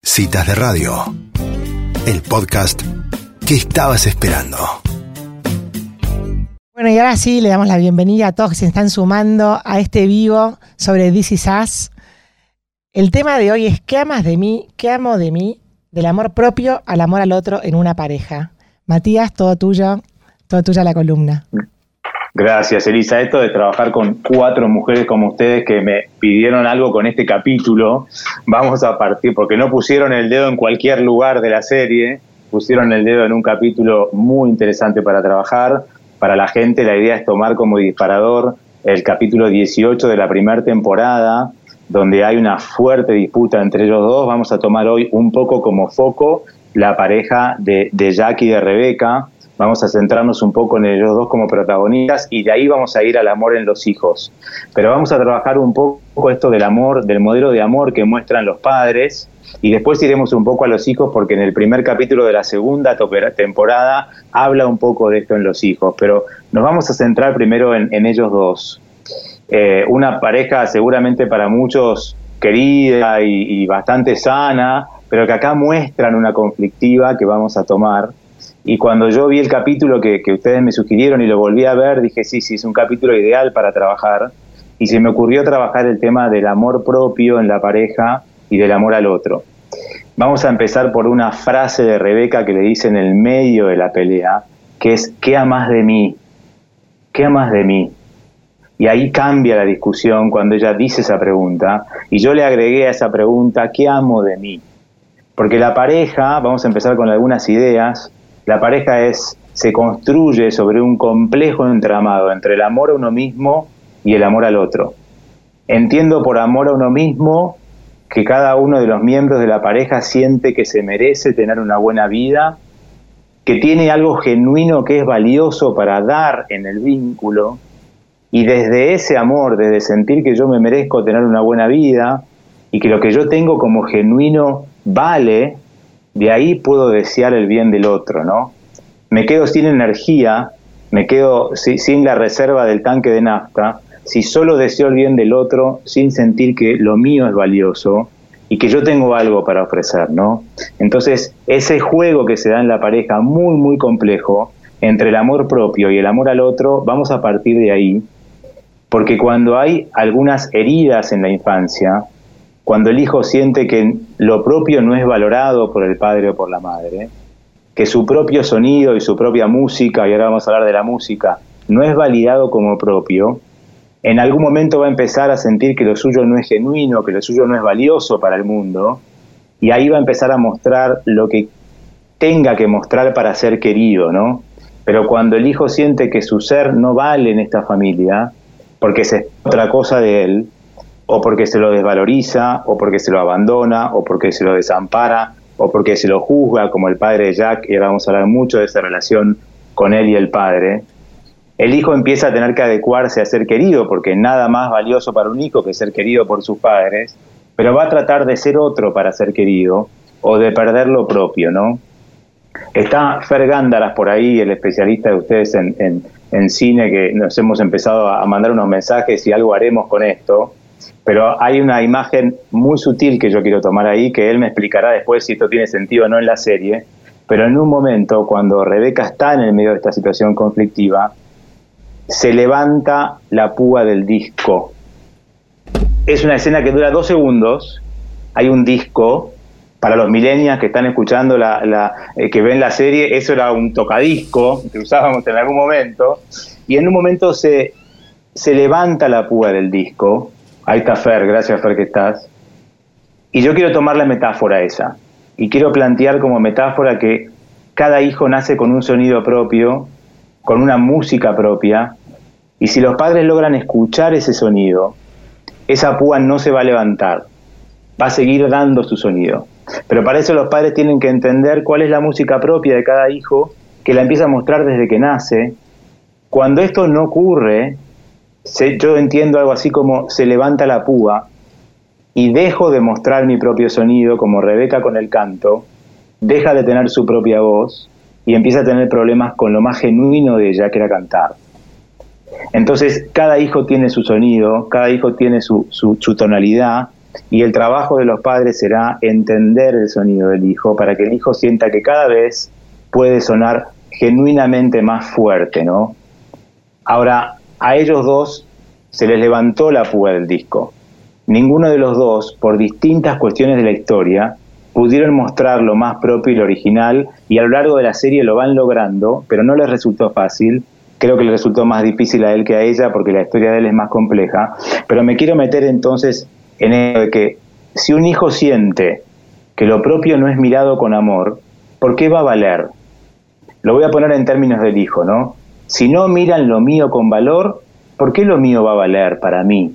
Citas de Radio, el podcast que estabas esperando. Bueno, y ahora sí, le damos la bienvenida a todos que se están sumando a este vivo sobre This Is Us. El tema de hoy es ¿qué amas de mí? ¿Qué amo de mí? Del amor propio al amor al otro en una pareja. Matías, todo tuya la columna. Gracias, Elisa. Esto de trabajar con 4 mujeres como ustedes que me pidieron algo con este capítulo, vamos a partir, porque no pusieron el dedo en cualquier lugar de la serie, pusieron el dedo en un capítulo muy interesante para trabajar. Para la gente, la idea es tomar como disparador el capítulo 18 de la primera temporada, donde hay una fuerte disputa entre ellos dos. Vamos a tomar hoy un poco como foco la pareja de Jack y de Rebeca. Vamos a centrarnos un poco en ellos dos como protagonistas y de ahí vamos a ir al amor en los hijos. Pero vamos a trabajar un poco esto del amor, del modelo de amor que muestran los padres, y después iremos un poco a los hijos porque en el primer capítulo de la segunda temporada habla un poco de esto en los hijos. Pero nos vamos a centrar primero en ellos dos. Una pareja seguramente para muchos querida y bastante sana, pero que acá muestran una conflictiva que vamos a tomar. Y cuando yo vi el capítulo que ustedes me sugirieron y lo volví a ver, dije, sí, es un capítulo ideal para trabajar. Y se me ocurrió trabajar el tema del amor propio en la pareja y del amor al otro. Vamos a empezar por una frase de Rebeca que le dice en el medio de la pelea, que es, ¿qué amas de mí? ¿Qué amas de mí? Y ahí cambia la discusión cuando ella dice esa pregunta. Y yo le agregué a esa pregunta, ¿qué amo de mí? Porque la pareja, vamos a empezar con algunas ideas, la pareja se construye sobre un complejo entramado entre el amor a uno mismo y el amor al otro. Entiendo por amor a uno mismo que cada uno de los miembros de la pareja siente que se merece tener una buena vida, que tiene algo genuino que es valioso para dar en el vínculo, y desde ese amor, desde sentir que yo me merezco tener una buena vida y que lo que yo tengo como genuino vale, de ahí puedo desear el bien del otro, ¿no? Me quedo sin energía, me quedo sin la reserva del tanque de nafta, si solo deseo el bien del otro sin sentir que lo mío es valioso y que yo tengo algo para ofrecer, ¿no? Entonces, ese juego que se da en la pareja, muy, muy complejo, entre el amor propio y el amor al otro, vamos a partir de ahí, porque cuando hay algunas heridas en la infancia, cuando el hijo siente que lo propio no es valorado por el padre o por la madre, que su propio sonido y su propia música, y ahora vamos a hablar de la música, no es validado como propio, en algún momento va a empezar a sentir que lo suyo no es genuino, que lo suyo no es valioso para el mundo, y ahí va a empezar a mostrar lo que tenga que mostrar para ser querido, ¿no? Pero cuando el hijo siente que su ser no vale en esta familia, porque es otra cosa de él, o porque se lo desvaloriza, o porque se lo abandona, o porque se lo desampara, o porque se lo juzga, como el padre de Jack, y ahora vamos a hablar mucho de esa relación con él y el padre, el hijo empieza a tener que adecuarse a ser querido, porque nada más valioso para un hijo que ser querido por sus padres, pero va a tratar de ser otro para ser querido, o de perder lo propio, ¿no? Está Fer Gándaras por ahí, el especialista de ustedes en cine, que nos hemos empezado a mandar unos mensajes y algo haremos con esto. Pero hay una imagen muy sutil que yo quiero tomar ahí, que él me explicará después si esto tiene sentido o no en la serie, pero en un momento, cuando Rebeca está en el medio de esta situación conflictiva, se levanta la púa del disco. Es una escena que dura 2 segundos, hay un disco, para los millennials que están escuchando, que ven la serie, eso era un tocadisco que usábamos en algún momento, y en un momento se levanta la púa del disco. Ahí está Fer, gracias Fer que estás. Y yo quiero tomar la metáfora esa. Y quiero plantear como metáfora que cada hijo nace con un sonido propio, con una música propia. Y si los padres logran escuchar ese sonido, esa púa no se va a levantar. Va a seguir dando su sonido. Pero para eso los padres tienen que entender cuál es la música propia de cada hijo, que la empieza a mostrar desde que nace. Cuando esto no ocurre, yo entiendo algo así como se levanta la púa y dejo de mostrar mi propio sonido, como Rebeca con el canto, deja de tener su propia voz y empieza a tener problemas con lo más genuino de ella, que era cantar. Entonces cada hijo tiene su sonido, cada hijo tiene su tonalidad, Y el trabajo de los padres será entender el sonido del hijo para que el hijo sienta que cada vez puede sonar genuinamente más fuerte, ¿no? Ahora, a ellos dos se les levantó la púa del disco. Ninguno de los dos, por distintas cuestiones de la historia, pudieron mostrar lo más propio y lo original, y a lo largo de la serie lo van logrando, pero no les resultó fácil. Creo que le resultó más difícil a él que a ella, porque la historia de él es más compleja. Pero me quiero meter entonces en eso de que si un hijo siente que lo propio no es mirado con amor, ¿por qué va a valer? Lo voy a poner en términos del hijo, ¿no? Si no miran lo mío con valor, ¿por qué lo mío va a valer para mí?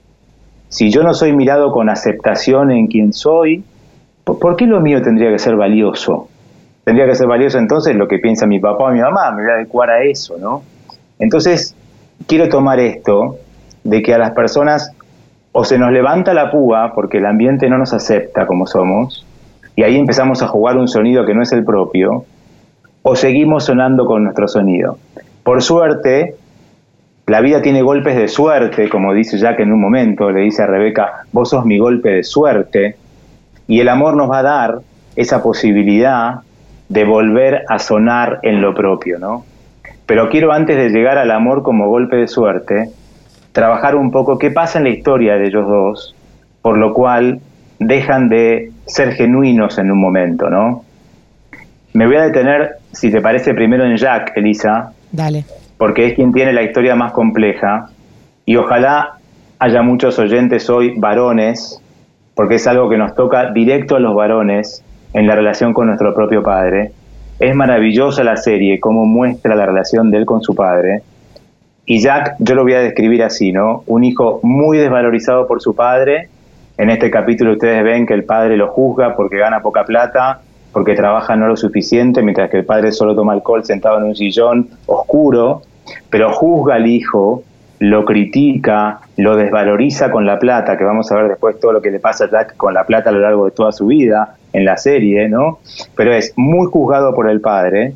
Si yo no soy mirado con aceptación en quien soy, ¿por qué lo mío tendría que ser valioso? Tendría que ser valioso entonces lo que piensa mi papá o mi mamá, me voy a adecuar a eso, ¿no? Entonces, quiero tomar esto de que a las personas o se nos levanta la púa porque el ambiente no nos acepta como somos, y ahí empezamos a jugar un sonido que no es el propio, o seguimos sonando con nuestro sonido. Por suerte, la vida tiene golpes de suerte, como dice Jack en un momento, le dice a Rebeca, vos sos mi golpe de suerte, y el amor nos va a dar esa posibilidad de volver a sonar en lo propio, ¿no? Pero quiero, antes de llegar al amor como golpe de suerte, trabajar un poco qué pasa en la historia de ellos dos, por lo cual dejan de ser genuinos en un momento, ¿no? Me voy a detener, si te parece, primero en Jack, Elisa. Dale. Porque es quien tiene la historia más compleja, y ojalá haya muchos oyentes hoy varones, porque es algo que nos toca directo a los varones en la relación con nuestro propio padre. Es maravillosa la serie, cómo muestra la relación de él con su padre. Y Jack, yo lo voy a describir así, ¿no? Un hijo muy desvalorizado por su padre. En este capítulo ustedes ven que el padre lo juzga porque gana poca plata, porque trabaja no lo suficiente, mientras que el padre solo toma alcohol sentado en un sillón oscuro, pero juzga al hijo, lo critica, lo desvaloriza con la plata, que vamos a ver después todo lo que le pasa a Jack con la plata a lo largo de toda su vida en la serie, ¿no? Pero es muy juzgado por el padre,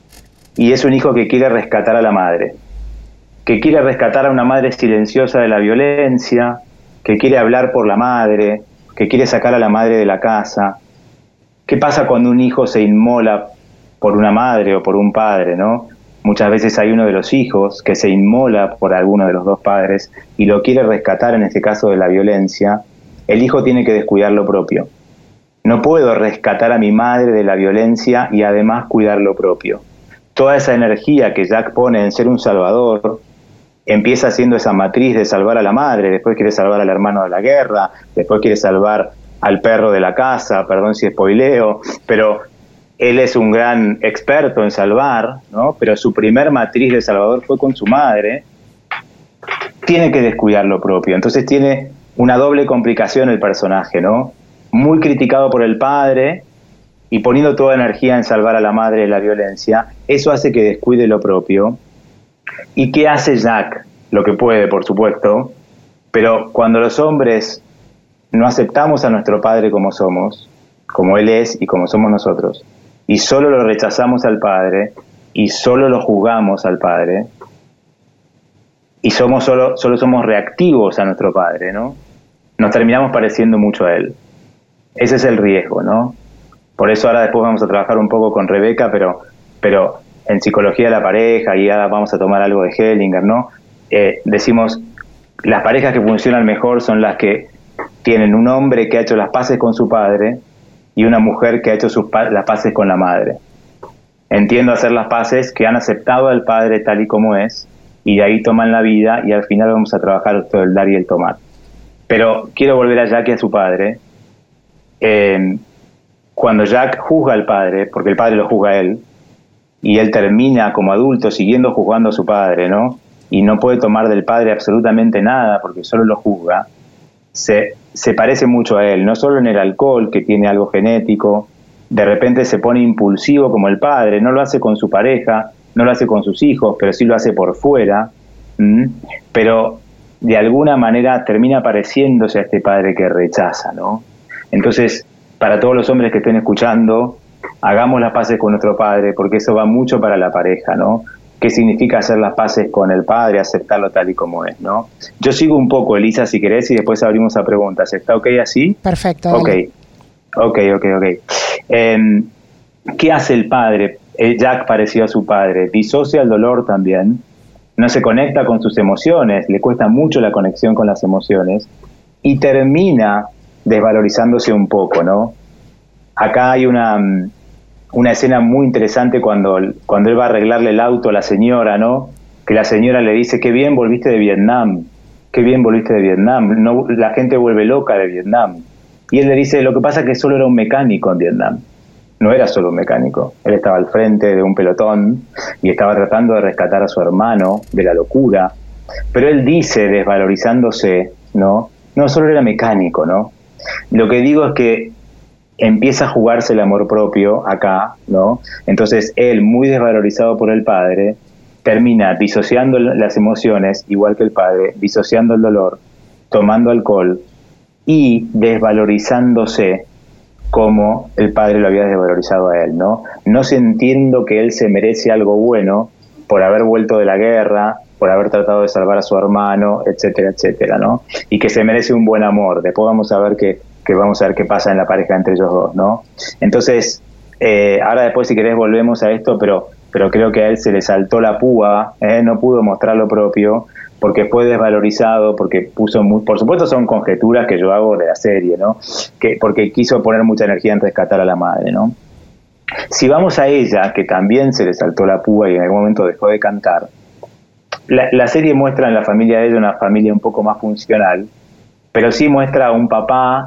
y es un hijo que quiere rescatar a la madre, que quiere rescatar a una madre silenciosa de la violencia, que quiere hablar por la madre, que quiere sacar a la madre de la casa. ¿Qué pasa cuando un hijo se inmola por una madre o por un padre, ¿no? Muchas veces hay uno de los hijos que se inmola por alguno de los dos padres y lo quiere rescatar, en este caso de la violencia. El hijo tiene que descuidar lo propio. No puedo rescatar a mi madre de la violencia y además cuidar lo propio. Toda esa energía que Jack pone en ser un salvador, empieza siendo esa matriz de salvar a la madre, después quiere salvar al hermano de la guerra, después quiere salvar al perro de la casa, perdón si spoileo, pero él es un gran experto en salvar, ¿no? Pero su primer matriz de salvador fue con su madre. Tiene que descuidar lo propio, entonces tiene una doble complicación el personaje, ¿no? Muy criticado por el padre y poniendo toda energía en salvar a la madre de la violencia. Eso hace que descuide lo propio. ¿Y qué hace Jack? Lo que puede, por supuesto, pero cuando los hombres no aceptamos a nuestro padre como somos, como él es y como somos nosotros, y solo lo rechazamos al padre, y solo lo juzgamos al padre, y solo somos reactivos a nuestro padre, ¿no? Nos terminamos pareciendo mucho a él. Ese es el riesgo, ¿no? Por eso ahora después vamos a trabajar un poco con Rebeca, pero en psicología de la pareja, y ahora vamos a tomar algo de Hellinger, ¿no? Decimos, las parejas que funcionan mejor son las que tienen un hombre que ha hecho las paces con su padre y una mujer que ha hecho las paces con la madre. Entiendo hacer las paces, que han aceptado al padre tal y como es, y de ahí toman la vida, y al final vamos a trabajar todo el dar y el tomar. Pero quiero volver a Jack y a su padre. Cuando Jack juzga al padre, porque el padre lo juzga a él, y él termina como adulto siguiendo juzgando a su padre, ¿no? Y no puede tomar del padre absolutamente nada porque solo lo juzga. Se parece mucho a él, no solo en el alcohol, que tiene algo genético, de repente se pone impulsivo como el padre, no lo hace con su pareja, no lo hace con sus hijos, pero sí lo hace por fuera, pero de alguna manera termina pareciéndose a este padre que rechaza, ¿no? Entonces, para todos los hombres que estén escuchando, hagamos las paces con nuestro padre, porque eso va mucho para la pareja, ¿no? qué significa hacer las paces con el padre, aceptarlo tal y como es, ¿no? Yo sigo un poco, Elisa, si querés, y después abrimos a preguntas. ¿Está ok así? Perfecto. Dale. Ok. ¿Qué hace el padre? Jack, parecido a su padre, disocia el dolor también, no se conecta con sus emociones, le cuesta mucho la conexión con las emociones y termina desvalorizándose un poco, ¿no? Acá hay una escena muy interesante cuando él va a arreglarle el auto a la señora, ¿no? Que la señora le dice, qué bien volviste de Vietnam, qué bien volviste de Vietnam, no, la gente vuelve loca de Vietnam. Y él le dice, lo que pasa es que solo era un mecánico en Vietnam. No era solo un mecánico, él estaba al frente de un pelotón y estaba tratando de rescatar a su hermano de la locura, pero él dice, desvalorizándose, no solo era mecánico, ¿no? Lo que digo es que empieza a jugarse el amor propio acá, ¿no? Entonces él, muy desvalorizado por el padre, termina disociando las emociones, igual que el padre, disociando el dolor, tomando alcohol y desvalorizándose como el padre lo había desvalorizado a él, ¿no? No sintiendo que él se merece algo bueno por haber vuelto de la guerra, por haber tratado de salvar a su hermano, etcétera, etcétera, ¿no? Y que se merece un buen amor. Después vamos a ver qué pasa en la pareja entre ellos dos, ¿no? Entonces, ahora después si querés volvemos a esto, pero creo que a él se le saltó la púa, no pudo mostrar lo propio, porque fue desvalorizado, porque por supuesto son conjeturas que yo hago de la serie, ¿no? Porque quiso poner mucha energía en rescatar a la madre, ¿no? Si vamos a ella, que también se le saltó la púa y en algún momento dejó de cantar, la serie muestra en la familia de ella una familia un poco más funcional, pero sí muestra a un papá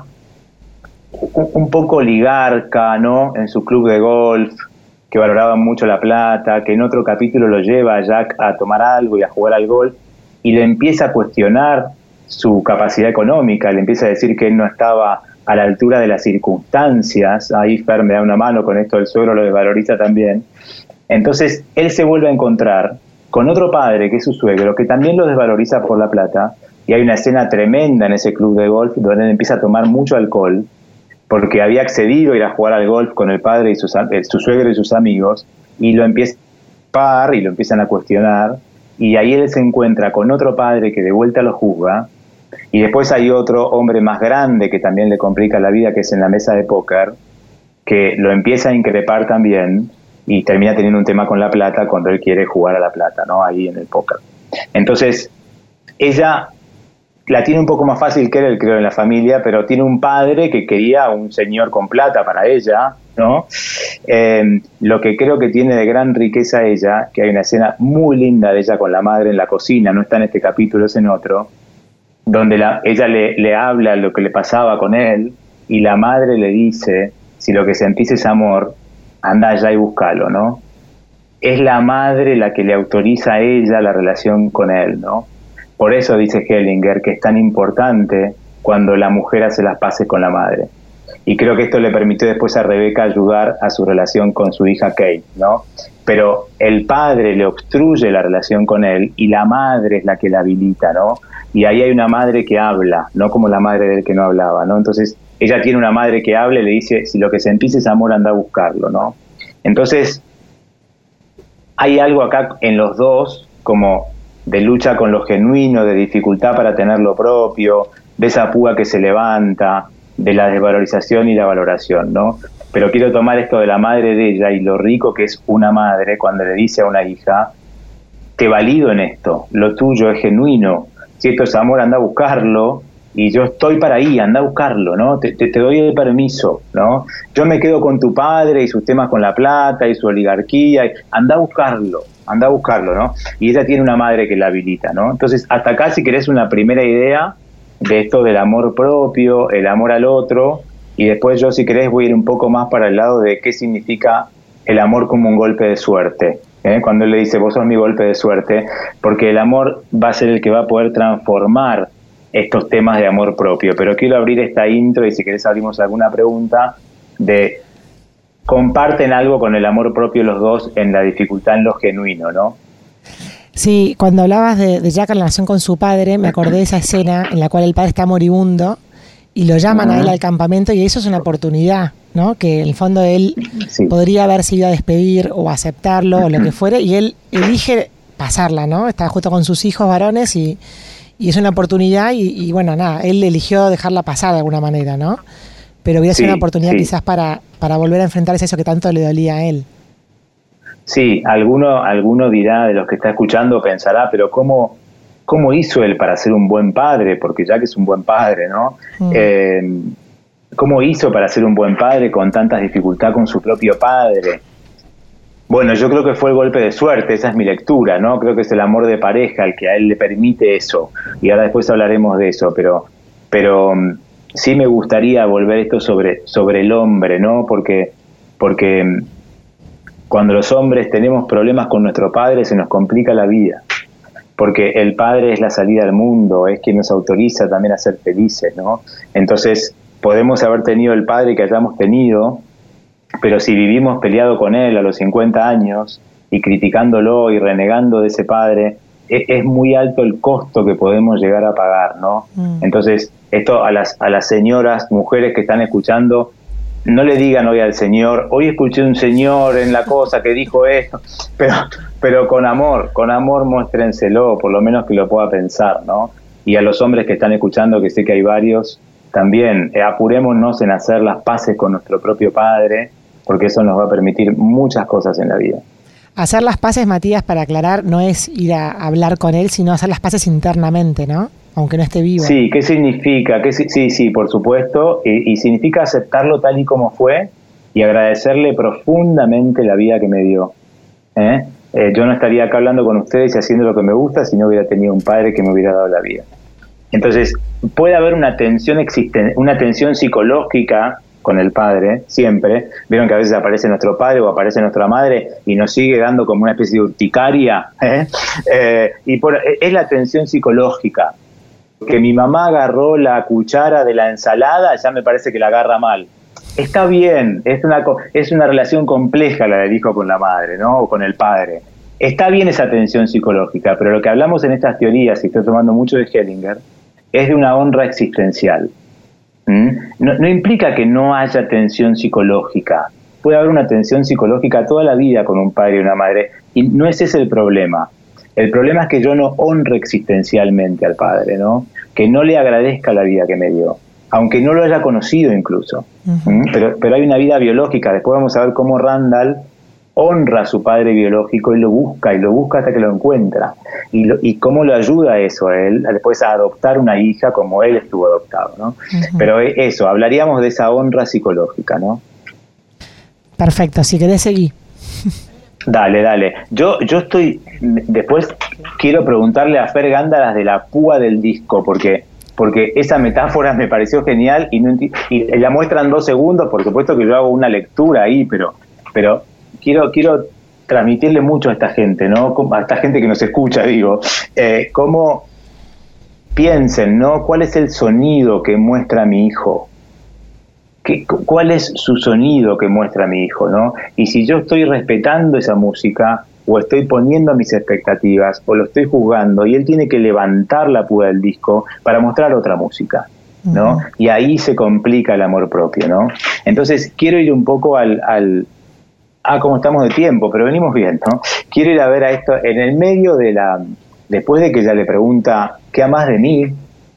un poco oligarca, ¿no? En su club de golf, que valoraba mucho la plata, que en otro capítulo lo lleva a Jack a tomar algo y a jugar al golf, y le empieza a cuestionar su capacidad económica, le empieza a decir que él no estaba a la altura de las circunstancias. Ahí Fer me da una mano con esto, el suegro lo desvaloriza también. Entonces él se vuelve a encontrar con otro padre, que es su suegro, que también lo desvaloriza por la plata, y hay una escena tremenda en ese club de golf donde él empieza a tomar mucho alcohol, porque había accedido a ir a jugar al golf con el padre y su suegro y sus amigos, y lo empieza a pagar y lo empiezan a cuestionar, y ahí él se encuentra con otro padre que de vuelta lo juzga, y después hay otro hombre más grande que también le complica la vida, que es en la mesa de póker, que lo empieza a increpar también, y termina teniendo un tema con la plata cuando él quiere jugar a la plata, ¿no? Ahí en el póker. Entonces, ella la tiene un poco más fácil que él, creo, en la familia, pero tiene un padre que quería un señor con plata para ella, ¿no? Lo que creo que tiene de gran riqueza ella, que hay una escena muy linda de ella con la madre en la cocina, no está en este capítulo, es en otro, donde ella le habla lo que le pasaba con él, y la madre le dice, si lo que sentís es amor, anda allá y búscalo, ¿no? Es la madre la que le autoriza a ella la relación con él, ¿no? Por eso dice Hellinger que es tan importante cuando la mujer hace las paces con la madre. Y creo que esto le permitió después a Rebeca ayudar a su relación con su hija Kate, ¿no? Pero el padre le obstruye la relación con él y la madre es la que la habilita, ¿no? Y ahí hay una madre que habla, no como la madre de él que no hablaba, ¿no? Entonces ella tiene una madre que habla y le dice, si lo que sentís es amor, anda a buscarlo, ¿no? Entonces hay algo acá en los dos como de lucha con lo genuino, de dificultad para tener lo propio, de esa púa que se levanta, de la desvalorización y la valoración, ¿no? Pero quiero tomar esto de la madre de ella y lo rico que es una madre cuando le dice a una hija, te valido en esto, lo tuyo es genuino, si esto es amor, anda a buscarlo, y yo estoy para ahí, anda a buscarlo, ¿no? Te doy el permiso, ¿no? Yo me quedo con tu padre y sus temas con la plata y su oligarquía, anda a buscarlo, ¿no? Y ella tiene una madre que la habilita, ¿no? Entonces, hasta acá, si querés una primera idea de esto del amor propio, el amor al otro, y después yo, si querés, voy a ir un poco más para el lado de qué significa el amor como un golpe de suerte, ¿eh? Cuando él le dice, vos sos mi golpe de suerte, porque el amor va a ser el que va a poder transformar estos temas de amor propio. Pero quiero abrir esta intro y si querés abrimos alguna pregunta de comparten algo con el amor propio los dos en la dificultad, en lo genuino, ¿no? Sí, cuando hablabas de Jack en relación con su padre, me acordé de esa escena en la cual el padre está moribundo y lo llaman a él al campamento, y eso es una oportunidad, ¿no? Que en el fondo él podría haberse ido a despedir o aceptarlo o lo que fuere, y él elige pasarla, ¿no? Está justo con sus hijos varones y es una oportunidad y bueno, nada, él eligió dejarla pasar de alguna manera, ¿no? Pero hubiera sido una oportunidad quizás para volver a enfrentarse a eso que tanto le dolía a él. Sí, alguno dirá de los que está escuchando, pensará, pero ¿cómo hizo él para ser un buen padre? Porque ya que es un buen padre, ¿no? ¿Cómo hizo para ser un buen padre con tantas dificultades con su propio padre? Bueno, yo creo que fue el golpe de suerte, esa es mi lectura, ¿no? Creo que es el amor de pareja el que a él le permite eso, y ahora después hablaremos de eso, pero sí me gustaría volver esto sobre el hombre, ¿no? Porque cuando los hombres tenemos problemas con nuestro padre se nos complica la vida, porque el padre es la salida al mundo, es quien nos autoriza también a ser felices, ¿no? Entonces podemos haber tenido el padre que hayamos tenido, pero si vivimos peleado con él a los 50 años y criticándolo y renegando de ese padre, es muy alto el costo que podemos llegar a pagar, ¿no? Entonces, esto a las señoras, mujeres que están escuchando, no le digan hoy al señor, hoy escuché un señor en la cosa que dijo esto, pero con amor muéstrenselo, por lo menos que lo pueda pensar, ¿no? Y a los hombres que están escuchando, que sé que hay varios, también apurémonos en hacer las paces con nuestro propio padre, porque eso nos va a permitir muchas cosas en la vida. Hacer las paces, Matías, para aclarar, no es ir a hablar con él, sino hacer las paces internamente, ¿no? Aunque no esté vivo. Sí, ¿qué significa? Sí, por supuesto, y significa aceptarlo tal y como fue y agradecerle profundamente la vida que me dio. Yo no estaría acá hablando con ustedes y haciendo lo que me gusta si no hubiera tenido un padre que me hubiera dado la vida. Entonces, puede haber una tensión psicológica con el padre, siempre. Vieron que a veces aparece nuestro padre o aparece nuestra madre y nos sigue dando como una especie de urticaria. Es la tensión psicológica. Que mi mamá agarró la cuchara de la ensalada, ya me parece que la agarra mal. Está bien, es una relación compleja la del hijo con la madre, ¿no? O con el padre. Está bien esa tensión psicológica, pero lo que hablamos en estas teorías, y estoy tomando mucho de Hellinger, es de una honra existencial. No implica que no haya tensión psicológica. Puede haber una tensión psicológica toda la vida con un padre y una madre, y no ese es el problema. El problema es que yo no honre existencialmente al padre, ¿no? Que no le agradezca la vida que me dio, aunque no lo haya conocido incluso. Pero hay una vida biológica. Después vamos a ver cómo Randall honra a su padre biológico y lo busca hasta que lo encuentra. Y cómo lo ayuda a eso a él, después a adoptar una hija como él estuvo adoptado, ¿no? Pero eso, hablaríamos de esa honra psicológica, ¿no? Perfecto, si querés seguir. Dale. Yo estoy... Después quiero preguntarle a Fer Gándaras de la púa del disco, porque esa metáfora me pareció genial y la muestra en 2 segundos, por supuesto que yo hago una lectura ahí, pero quiero transmitirle mucho a esta gente, ¿no? A esta gente que nos escucha, digo, cómo piensen, ¿no? ¿Cuál es el sonido que muestra mi hijo? ¿Cuál es su sonido que muestra mi hijo, ¿no? Y si yo estoy respetando esa música, o estoy poniendo mis expectativas, o lo estoy juzgando, y él tiene que levantar la púa del disco para mostrar otra música, ¿no? Y ahí se complica el amor propio, ¿no? Entonces, quiero ir un poco cómo estamos de tiempo, pero venimos bien, ¿no? Quiero ir a ver a esto, en el medio después de que ella le pregunta, ¿qué amas de mí?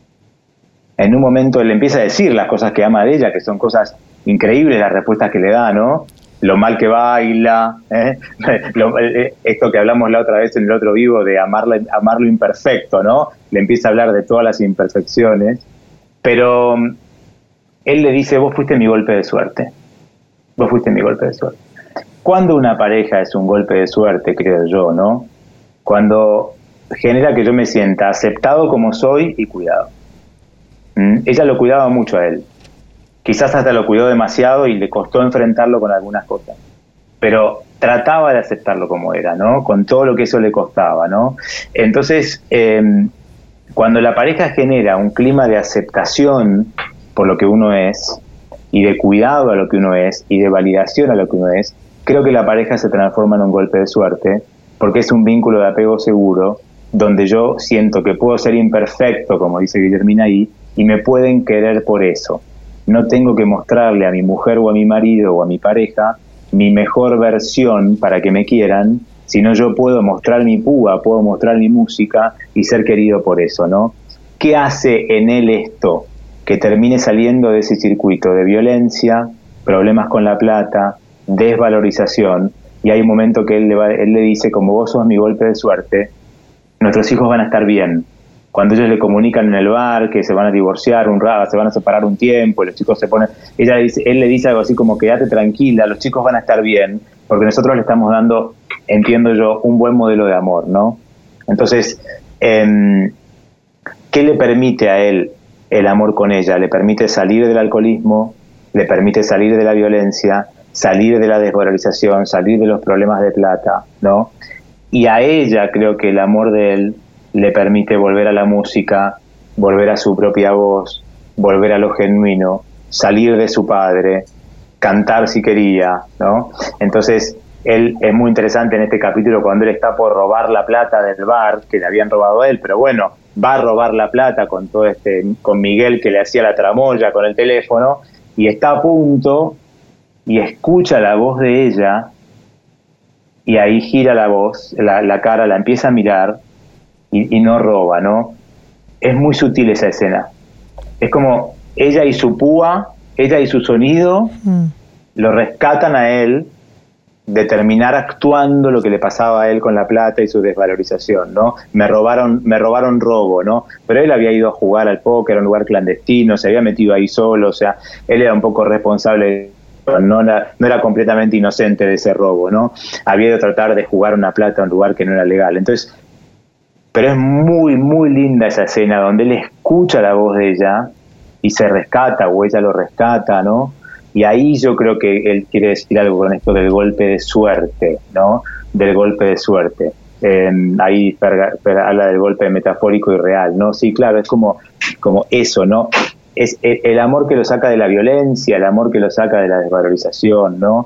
En un momento él empieza a decir las cosas que ama de ella, que son cosas increíbles las respuestas que le da, ¿no? Lo mal que baila, esto que hablamos la otra vez en el otro vivo de amar lo imperfecto, ¿no? Le empieza a hablar de todas las imperfecciones, pero él le dice, vos fuiste mi golpe de suerte. Vos fuiste mi golpe de suerte. Cuando una pareja es un golpe de suerte, creo yo, ¿no? Cuando genera que yo me sienta aceptado como soy y cuidado. Ella lo cuidaba mucho a él. Quizás hasta lo cuidó demasiado y le costó enfrentarlo con algunas cosas. Pero trataba de aceptarlo como era, ¿no? Con todo lo que eso le costaba, ¿no? Entonces, cuando la pareja genera un clima de aceptación por lo que uno es, y de cuidado a lo que uno es, y de validación a lo que uno es, creo que la pareja se transforma en un golpe de suerte, porque es un vínculo de apego seguro, donde yo siento que puedo ser imperfecto, como dice Guillermina ahí, y me pueden querer por eso. No tengo que mostrarle a mi mujer o a mi marido o a mi pareja mi mejor versión para que me quieran, sino yo puedo mostrar mi púa, puedo mostrar mi música y ser querido por eso, ¿no? ¿Qué hace en él esto? Que termine saliendo de ese circuito de violencia, problemas con la plata, desvalorización, y hay un momento que él le dice, como vos sos mi golpe de suerte, nuestros hijos van a estar bien. Cuando ellos le comunican en el bar que se van a divorciar se van a separar un tiempo, y los chicos se ponen, él le dice algo así como, quédate tranquila, los chicos van a estar bien, porque nosotros le estamos dando, entiendo yo, un buen modelo de amor, ¿no? Entonces, ¿qué le permite a él el amor con ella? Le permite salir del alcoholismo, le permite salir de la violencia, salir de la desvalorización, salir de los problemas de plata, ¿no? Y a ella creo que el amor de él le permite volver a la música, volver a su propia voz, volver a lo genuino, salir de su padre, cantar si quería, ¿no? Entonces, él es muy interesante en este capítulo cuando él está por robar la plata del bar, que le habían robado a él, pero bueno, va a robar la plata con con Miguel que le hacía la tramoya con el teléfono, y está a punto, y escucha la voz de ella, y ahí gira la voz, la cara, la empieza a mirar, y no roba, ¿no? Es muy sutil esa escena. Es como ella y su púa, ella y su sonido, lo rescatan a él de terminar actuando lo que le pasaba a él con la plata y su desvalorización, ¿no? Me robaron robo, ¿no? Pero él había ido a jugar al póker a un lugar clandestino, se había metido ahí solo, o sea, él era un poco responsable, no era completamente inocente de ese robo, ¿no? Había ido a tratar de jugar una plata a un lugar que no era legal. Entonces, pero es muy, muy linda esa escena donde él escucha la voz de ella y se rescata, o ella lo rescata, ¿no? Y ahí yo creo que él quiere decir algo con esto del golpe de suerte, ¿no? Del golpe de suerte. Ahí habla del golpe metafórico y real, ¿no? Sí, claro, es como eso, ¿no? Es el amor que lo saca de la violencia, el amor que lo saca de la desvalorización, ¿no?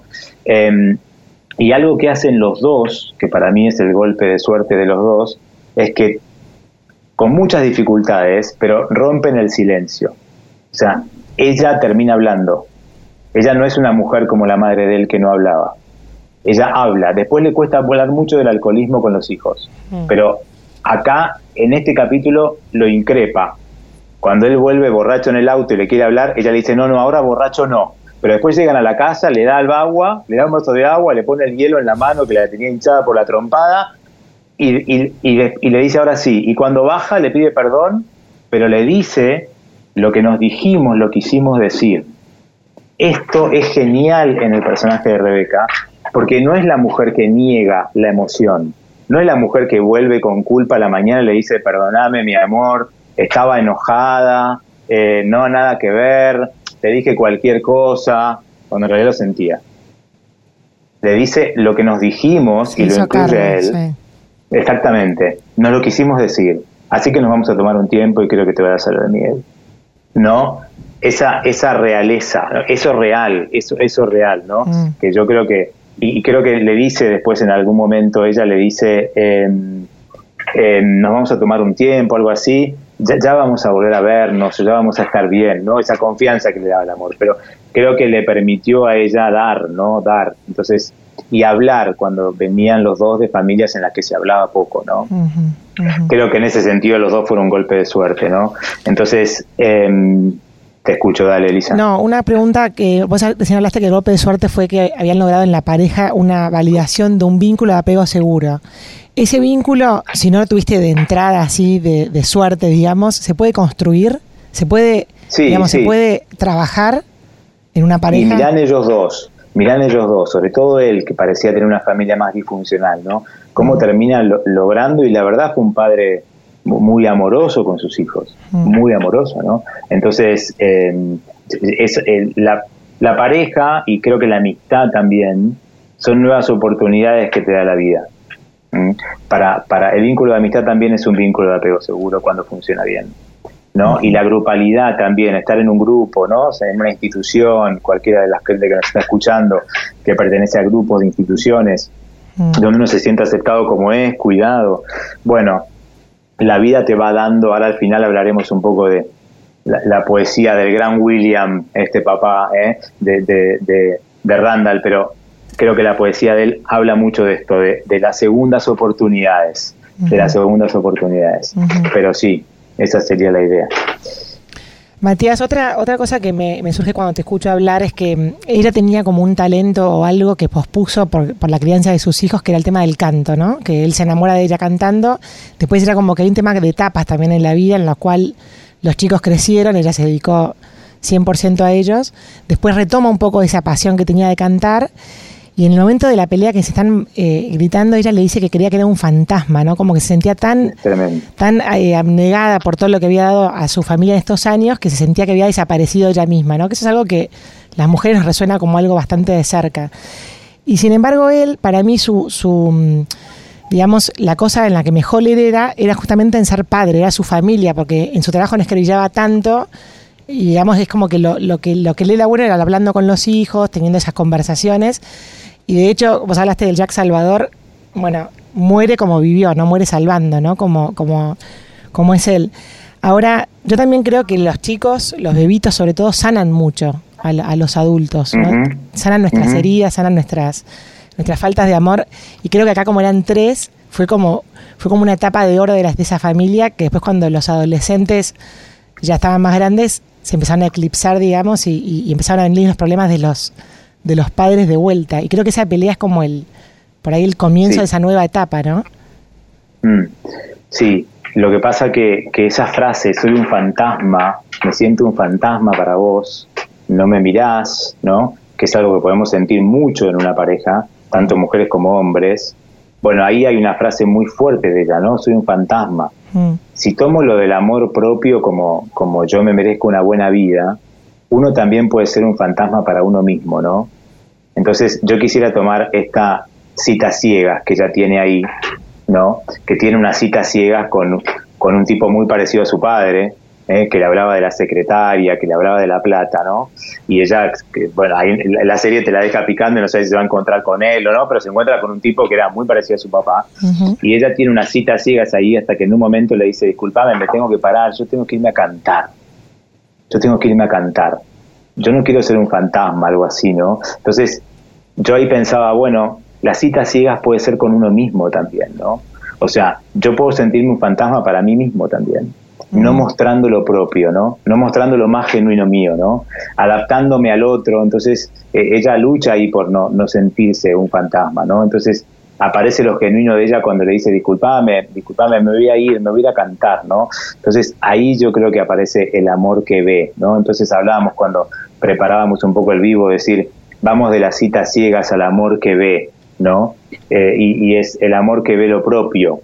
Y algo que hacen los dos, que para mí es el golpe de suerte de los dos, es que con muchas dificultades, pero rompen el silencio. O sea, ella termina hablando. Ella no es una mujer como la madre de él que no hablaba. Ella habla. Después le cuesta hablar mucho del alcoholismo con los hijos. Pero acá, en este capítulo, lo increpa. Cuando él vuelve borracho en el auto y le quiere hablar, ella le dice, no, ahora borracho no. Pero después llegan a la casa, le da agua, le da un vaso de agua, le pone el hielo en la mano que la tenía hinchada por la trompada, y le dice ahora sí. Y cuando baja le pide perdón, pero le dice lo que nos dijimos, lo quisimos decir. Esto es genial en el personaje de Rebeca, porque no es la mujer que niega la emoción, no es la mujer que vuelve con culpa a la mañana y le dice, perdóname mi amor, estaba enojada, no, nada que ver, te dije cualquier cosa, cuando en realidad lo sentía. Le dice lo que nos dijimos y lo incluye a él. Sí. Exactamente, nos lo quisimos decir, así que nos vamos a tomar un tiempo y creo que te va a salir Miguel. ¿No? Esa realeza, ¿no? Eso real, ¿no? Que yo creo que, y creo que le dice después en algún momento, ella le dice, nos vamos a tomar un tiempo, algo así, ya vamos a volver a vernos, ya vamos a estar bien, ¿no? Esa confianza que le daba el amor, pero creo que le permitió a ella dar, ¿no? Dar, entonces, y hablar cuando venían los dos de familias en las que se hablaba poco, ¿no? Creo que en ese sentido los dos fueron un golpe de suerte, ¿no? Entonces, te escucho, dale, Elisa. No, una pregunta que vos señalaste que el golpe de suerte fue que habían logrado en la pareja una validación de un vínculo de apego seguro. Ese vínculo, si no lo tuviste de entrada así, de suerte, digamos, ¿se puede construir? ¿Se puede, se puede trabajar en una pareja? Y mirán ellos dos, sobre todo él, que parecía tener una familia más disfuncional, ¿no? Cómo termina logrando, y la verdad fue un padre muy amoroso con sus hijos, muy amoroso, ¿no? Entonces, la pareja, y creo que la amistad también, son nuevas oportunidades que te da la vida. Para el vínculo de amistad también es un vínculo de apego seguro cuando funciona bien, ¿no? Y la grupalidad también, estar en un grupo, ¿no? O sea, en una institución, cualquiera de las gente que nos está escuchando, que pertenece a grupos de instituciones, donde uno se siente aceptado como es, cuidado. Bueno, la vida te va dando, ahora al final hablaremos un poco de la poesía del gran William, este papá de Randall, pero creo que la poesía de él habla mucho de esto, de las segundas oportunidades, de las segundas oportunidades. Pero sí, esa sería la idea. Matías, otra cosa que me surge cuando te escucho hablar es que ella tenía como un talento o algo que pospuso por la crianza de sus hijos, que era el tema del canto, ¿no? Que él se enamora de ella cantando. Después era como que hay un tema de etapas también en la vida en la cual los chicos crecieron, ella se dedicó 100% a ellos. Después retoma un poco esa pasión que tenía de cantar. Y en el momento de la pelea que se están gritando, ella le dice que creía que era un fantasma, ¿no? Como que se sentía tan abnegada por todo lo que había dado a su familia en estos años, que se sentía que había desaparecido ella misma, ¿no? Que eso es algo que las mujeres nos resuena como algo bastante de cerca. Y sin embargo él, para mí, digamos, la cosa en la que mejor le era justamente en ser padre, era su familia, porque en su trabajo no escribía tanto. Y digamos, es como que lo que le da bueno era hablando con los hijos, teniendo esas conversaciones. Y de hecho, vos hablaste del Jack Salvador, bueno, muere como vivió, no muere salvando, ¿no? Como es él. Ahora, yo también creo que los chicos, los bebitos sobre todo, sanan mucho a los adultos, ¿no? Sanan nuestras heridas, sanan nuestras faltas de amor. Y creo que acá, como eran 3, fue como una etapa de oro de esa familia, que después, cuando los adolescentes ya estaban más grandes, se empezaron a eclipsar, digamos, y empezaron a venir los problemas de los padres de vuelta. Y creo que esa pelea es como por ahí el comienzo de esa nueva etapa, ¿no? Sí, lo que pasa que esa frase, soy un fantasma, me siento un fantasma para vos, no me mirás, ¿no? Que es algo que podemos sentir mucho en una pareja, tanto mujeres como hombres. Bueno, ahí hay una frase muy fuerte de ella, ¿no? Soy un fantasma. Si tomo lo del amor propio como yo me merezco una buena vida, uno también puede ser un fantasma para uno mismo, ¿no? Entonces yo quisiera tomar esta cita ciegas que ella tiene ahí, ¿no? Que tiene una cita ciegas con un tipo muy parecido a su padre, que le hablaba de la secretaria, que le hablaba de la plata, ¿no? Y ella, bueno, ahí la serie te la deja picando y no sé si se va a encontrar con él o no, pero se encuentra con un tipo que era muy parecido a su papá. Y ella tiene una cita ciegas ahí hasta que en un momento le dice, disculpame, me tengo que parar, yo tengo que irme a cantar. Yo no quiero ser un fantasma, algo así, ¿no? Entonces, yo ahí pensaba, bueno, la cita ciegas puede ser con uno mismo también, ¿no? O sea, yo puedo sentirme un fantasma para mí mismo también. No mostrando lo propio, ¿no? No mostrando lo más genuino mío, ¿no? Adaptándome al otro. Entonces, ella lucha ahí por no sentirse un fantasma, ¿no? Entonces, aparece lo genuino de ella cuando le dice, disculpame, me voy a ir a cantar, ¿no? Entonces, ahí yo creo que aparece el amor que ve, ¿no? Entonces, hablábamos cuando preparábamos un poco el vivo, decir, vamos de las citas ciegas al amor que ve, ¿no? Y es el amor que ve lo propio,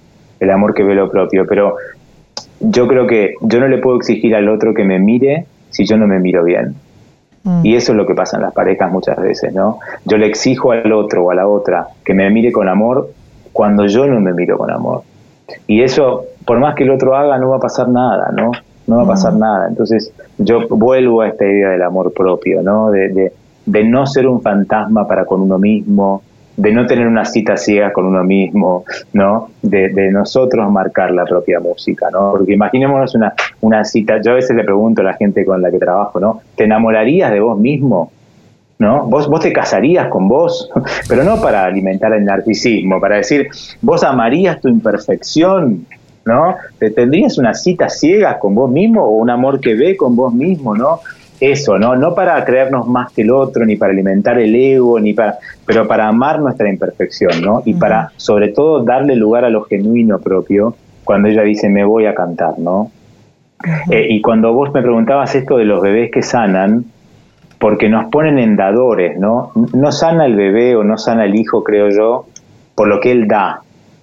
pero yo creo que yo no le puedo exigir al otro que me mire si yo no me miro bien. Y eso es lo que pasa en las parejas muchas veces, ¿no? Yo le exijo al otro o a la otra que me mire con amor cuando yo no me miro con amor. Y eso, por más que el otro haga, no va a pasar nada, ¿no? No va a pasar nada. Entonces yo vuelvo a esta idea del amor propio, ¿no? De no ser un fantasma para con uno mismo, de no tener una cita ciega con uno mismo, ¿no? De nosotros marcar la propia música, ¿no? Porque imaginémonos una cita, yo a veces le pregunto a la gente con la que trabajo, ¿no? ¿Te enamorarías de vos mismo? ¿No? ¿Vos te casarías con vos? Pero no para alimentar el narcisismo, para decir, ¿vos amarías tu imperfección? ¿No? ¿Te tendrías una cita ciega con vos mismo o un amor que ve con vos mismo, ¿no? Eso, no para creernos más que el otro, ni para alimentar el ego, pero para amar nuestra imperfección, ¿no? Y para, sobre todo, darle lugar a lo genuino propio, cuando ella dice, me voy a cantar, ¿no? Y cuando vos me preguntabas esto de los bebés que sanan, porque nos ponen en dadores, ¿no? No sana el bebé o no sana el hijo, creo yo, por lo que él da,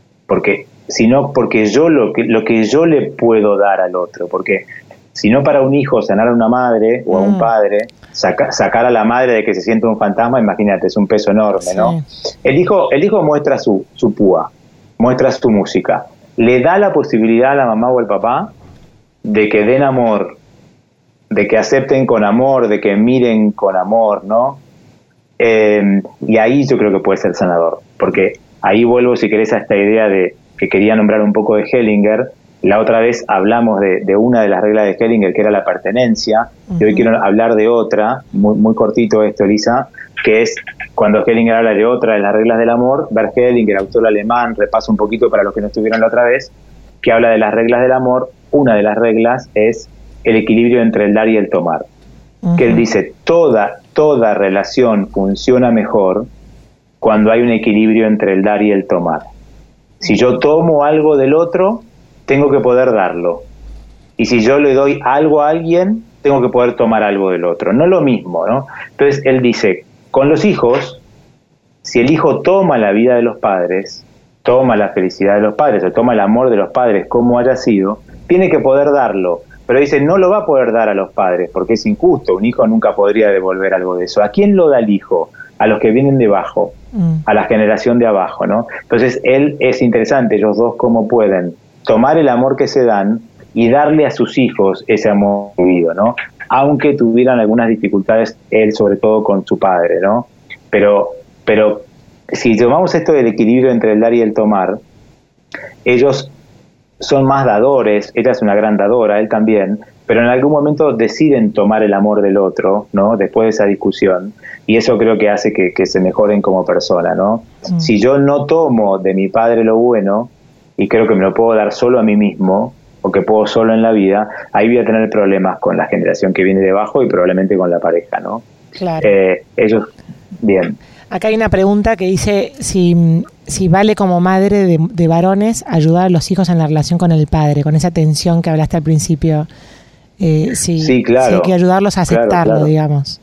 sino porque yo lo que yo le puedo dar al otro, porque si no para un hijo sanar a una madre o a un padre, sacar a la madre de que se siente un fantasma, imagínate, es un peso enorme, ¿no? El hijo muestra su púa, muestra su música, le da la posibilidad a la mamá o al papá de que den amor, de que acepten con amor, de que miren con amor, ¿no? Y ahí yo creo que puede ser sanador, porque ahí vuelvo, si querés, a esta idea de que quería nombrar un poco de Hellinger, La otra vez hablamos de una de las reglas de Hellinger, que era la pertenencia, y hoy quiero hablar de otra, muy cortito esto, Elisa, que es cuando Hellinger habla de otra de las reglas del amor. Bert Hellinger, autor alemán, repaso un poquito para los que no estuvieron la otra vez, que habla de las reglas del amor. Una de las reglas es el equilibrio entre el dar y el tomar. Que él dice, toda relación funciona mejor cuando hay un equilibrio entre el dar y el tomar. Si yo tomo algo del otro, tengo que poder darlo. Y si yo le doy algo a alguien, tengo que poder tomar algo del otro. No es lo mismo, ¿no? Entonces él dice, con los hijos, si el hijo toma la vida de los padres, toma la felicidad de los padres, o toma el amor de los padres como haya sido, tiene que poder darlo. Pero dice, no lo va a poder dar a los padres, porque es injusto. Un hijo nunca podría devolver algo de eso. ¿A quién lo da el hijo? A los que vienen debajo, a la generación de abajo, ¿no? Entonces él, es interesante, ellos dos cómo pueden tomar el amor que se dan y darle a sus hijos ese amor vivido, ¿no? Aunque tuvieran algunas dificultades, él sobre todo con su padre, ¿no? Pero si tomamos esto del equilibrio entre el dar y el tomar, ellos son más dadores, ella es una gran dadora, él también, pero en algún momento deciden tomar el amor del otro, ¿no? Después de esa discusión, y eso creo que hace que se mejoren como persona, ¿no? Si yo no tomo de mi padre lo bueno, y creo que me lo puedo dar solo a mí mismo, o que puedo solo en la vida, ahí voy a tener problemas con la generación que viene debajo y probablemente con la pareja, ¿no? Claro. Ellos, bien. Acá hay una pregunta que dice si vale como madre de varones ayudar a los hijos en la relación con el padre, con esa tensión que hablaste al principio. Sí, claro. Si hay que ayudarlos a aceptarlo, claro. Digamos.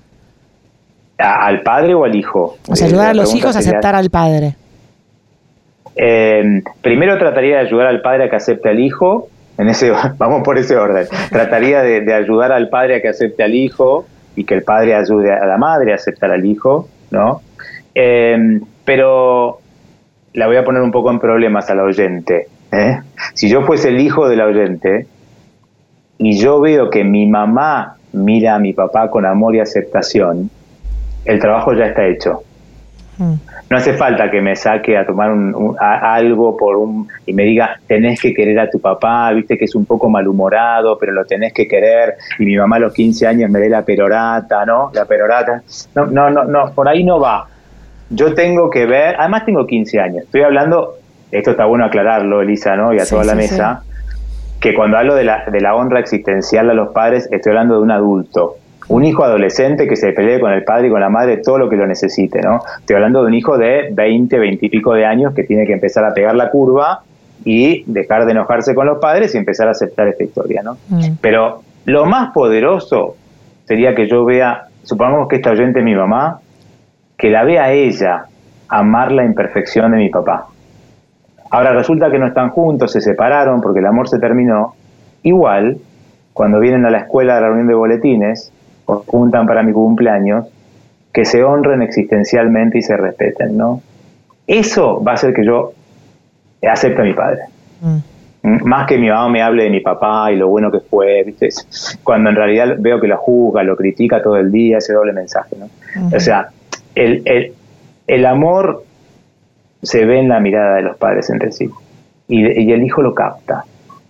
¿Al padre o al hijo? O sea, ayudar a los hijos a aceptar al padre. Primero trataría de ayudar al padre a que acepte al hijo, vamos por ese orden. Trataría de ayudar al padre a que acepte al hijo y que el padre ayude a la madre a aceptar al hijo, ¿no? Pero la voy a poner un poco en problemas a la oyente. Si yo fuese el hijo de la oyente y yo veo que mi mamá mira a mi papá con amor y aceptación, el trabajo ya está hecho. No hace falta que me saque a tomar algo y me diga, tenés que querer a tu papá, viste que es un poco malhumorado, pero lo tenés que querer, y mi mamá a los 15 años me dé la perorata, ¿no? La perorata. No, por ahí no va. Yo tengo que ver, además tengo 15 años, estoy hablando, esto está bueno aclararlo, Elisa, ¿no? Y a toda la mesa, que cuando hablo de la honra existencial a los padres, estoy hablando de un adulto. Un hijo adolescente que se pelee con el padre y con la madre todo lo que lo necesite, ¿no? Estoy hablando de un hijo de 20 y pico de años que tiene que empezar a pegar la curva y dejar de enojarse con los padres y empezar a aceptar esta historia, ¿no? Pero lo más poderoso sería que yo vea, supongamos que esta oyente es mi mamá, que la vea a ella amar la imperfección de mi papá. Ahora resulta que no están juntos, se separaron porque el amor se terminó. Igual, cuando vienen a la escuela a la reunión de boletines, o juntan para mi cumpleaños, que se honren existencialmente y se respeten, ¿no? Eso va a hacer que yo acepte a mi padre. Más que mi mamá me hable de mi papá y lo bueno que fue, ¿viste? Cuando en realidad veo que lo juzga, lo critica todo el día, ese doble mensaje, ¿no? O sea, el amor se ve en la mirada de los padres entre sí. Y el hijo lo capta.